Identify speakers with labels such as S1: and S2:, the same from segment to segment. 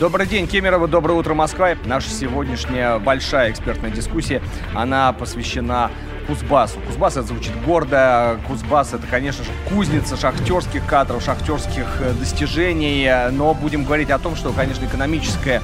S1: Добрый день, Кемерово, доброе утро, Москва. Наша сегодняшняя большая экспертная дискуссия, она посвящена Кузбассу. Кузбасс — это звучит гордо. Кузбасс — это, конечно же, кузница шахтерских кадров, шахтерских достижений. Но будем говорить о том, что, конечно, экономическая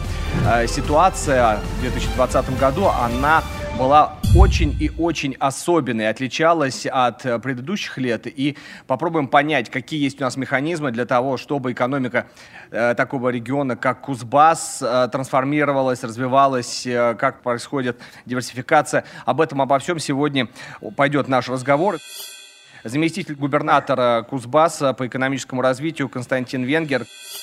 S1: ситуация в 2020 году, она была очень и очень особенной, отличалась от предыдущих лет. И попробуем понять, какие есть у нас механизмы для того, чтобы экономика такого региона, как Кузбасс, трансформировалась, развивалась, как происходит диверсификация. Об этом, обо всем сегодня пойдет наш разговор. Заместитель губернатора Кузбасса по экономическому развитию Константин Венгер.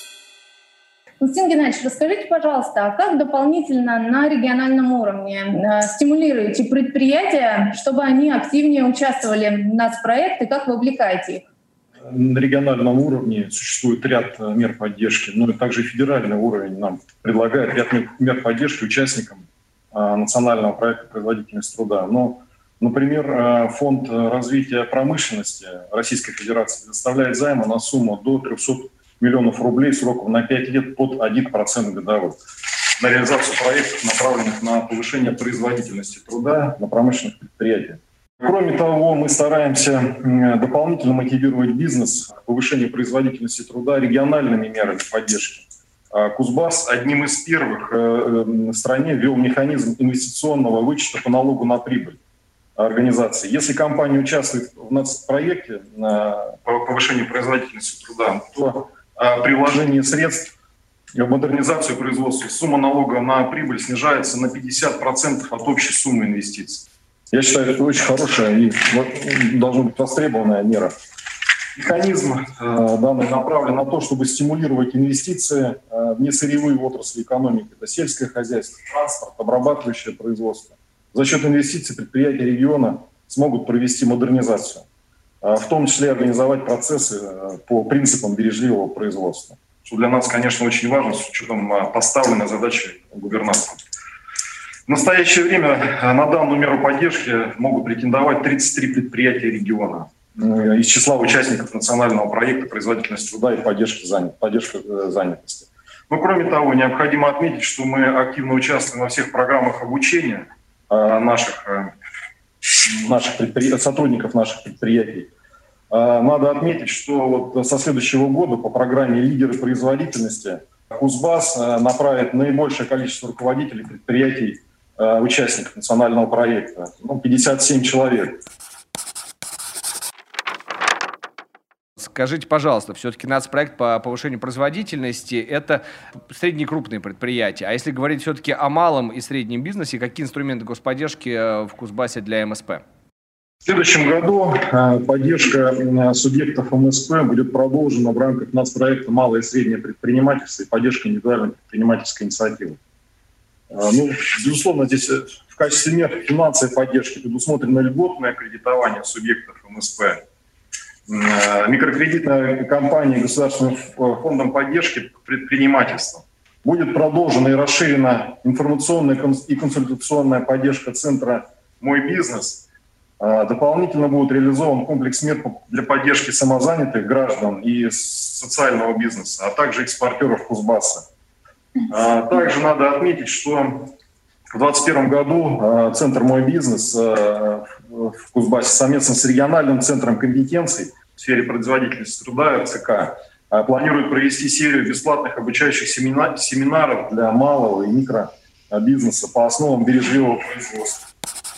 S2: Константин Геннадьевич, расскажите, пожалуйста, а как дополнительно на региональном уровне стимулируете предприятия, чтобы они активнее участвовали в нацпроекты, как вовлекаете их?
S3: На региональном уровне существует ряд мер поддержки, но и также федеральный уровень нам предлагает ряд мер поддержки участникам национального проекта «Производительность труда». Но, например, Фонд развития промышленности Российской Федерации предоставляет займы на сумму до 300 миллионов рублей сроком на 5 лет под 1% годовой на реализацию проектов, направленных на повышение производительности труда на промышленных предприятиях. Кроме того, мы стараемся дополнительно мотивировать бизнес к повышению производительности труда региональными мерами поддержки. Кузбасс одним из первых в стране ввел механизм инвестиционного вычета по налогу на прибыль организации. Если компания участвует в нацпроекте по повышению производительности труда, то при вложении средств в модернизацию производства сумма налога на прибыль снижается на 50% от общей суммы инвестиций. Я считаю, это очень хорошая и должна быть востребованная мера. Механизм данный направлен на то, чтобы стимулировать инвестиции в несырьевые отрасли экономики. Это сельское хозяйство, транспорт, обрабатывающее производство. За счет инвестиций предприятия региона смогут провести модернизацию, в том числе организовать процессы по принципам бережливого производства. Что для нас, конечно, очень важно, с учетом поставленной задачи губернатора. В настоящее время на данную меру поддержки могут претендовать 33 предприятия региона из числа участников национального проекта «Производительность труда и поддержка занятости». Но, кроме того, необходимо отметить, что мы активно участвуем во всех программах обучения сотрудников наших предприятий. Надо отметить, что вот со следующего года по программе «Лидеры производительности» Кузбасс направит наибольшее количество руководителей предприятий, участников национального проекта, 57 человек.
S1: Скажите, пожалуйста, все-таки нацпроект по повышению производительности – это средние и крупные предприятия. А если говорить все-таки о малом и среднем бизнесе, какие инструменты господдержки в Кузбассе для МСП?
S3: В следующем году поддержка субъектов МСП будет продолжена в рамках нацпроекта «Малое и среднее предпринимательство» и поддержка индивидуальной предпринимательской инициативы. Безусловно, здесь в качестве мер финансовой поддержки предусмотрено льготное кредитование субъектов МСП, микрокредитная компания Государственным фондом поддержки предпринимательства. Будет продолжена и расширена информационная и консультационная поддержка центра «Мой бизнес». Дополнительно будет реализован комплекс мер для поддержки самозанятых граждан и социального бизнеса, а также экспортеров Кузбасса. Также надо отметить, что в 2021 году Центр «Мой бизнес» в Кузбассе совместно с региональным центром компетенций в сфере производительности труда РЦК планирует провести серию бесплатных обучающих семинаров для малого и микробизнеса по основам бережливого производства.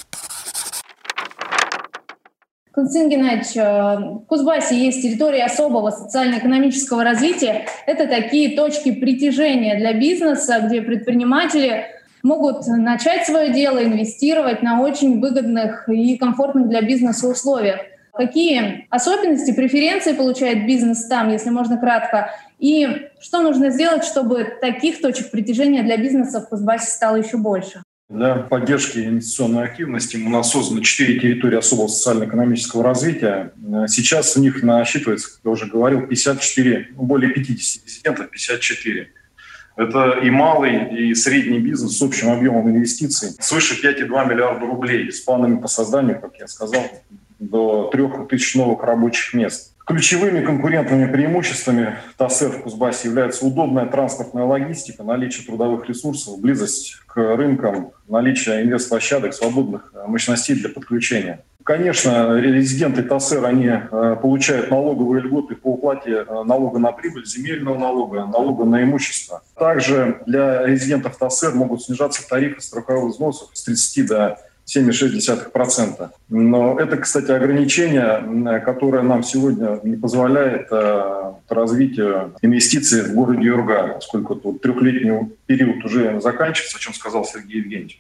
S2: Константин Геннадьевич, в Кузбассе есть территории особого социально-экономического развития. Это такие точки притяжения для бизнеса, где предприниматели могут начать свое дело, инвестировать на очень выгодных и комфортных для бизнеса условиях. Какие особенности, преференции получает бизнес там, если можно кратко? И что нужно сделать, чтобы таких точек притяжения для бизнеса в Кузбассе стало еще больше?
S3: Для поддержки инвестиционной активности у нас создано 4 территории особого социально-экономического развития. Сейчас в них насчитывается, как я уже говорил, 54, более 50 резидентов, 54. Это и малый, и средний бизнес с общим объемом инвестиций свыше 5,2 миллиарда рублей с планами по созданию, как я сказал, до 3000 новых рабочих мест. Ключевыми конкурентными преимуществами ТАСЭР в Кузбассе является удобная транспортная логистика, наличие трудовых ресурсов, близость к рынкам, наличие инвестплощадок, свободных мощностей для подключения. Конечно, резиденты ТАСЭР, они получают налоговые льготы по уплате налога на прибыль, земельного налога, налога на имущество. Также для резидентов ТАСЭР могут снижаться тарифы страховых взносов с 30 до 7,6%. Но это, кстати, ограничение, которое нам сегодня не позволяет развитию инвестиций в городе Юрга, поскольку тут трехлетний период уже заканчивается, о чем сказал Сергей Евгеньевич.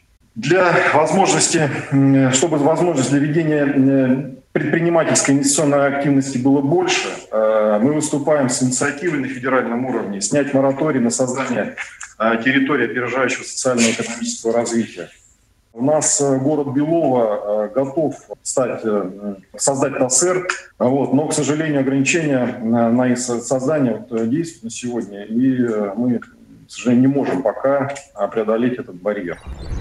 S3: Чтобы возможность для ведения предпринимательской инвестиционной активности было больше, мы выступаем с инициативой на федеральном уровне снять мораторий на создание территории опережающего социально-экономического развития. У нас город Белово готов создать ТАСЭР, но, к сожалению, ограничения на их создание действуют на сегодня, и мы, к сожалению, не можем пока преодолеть этот барьер.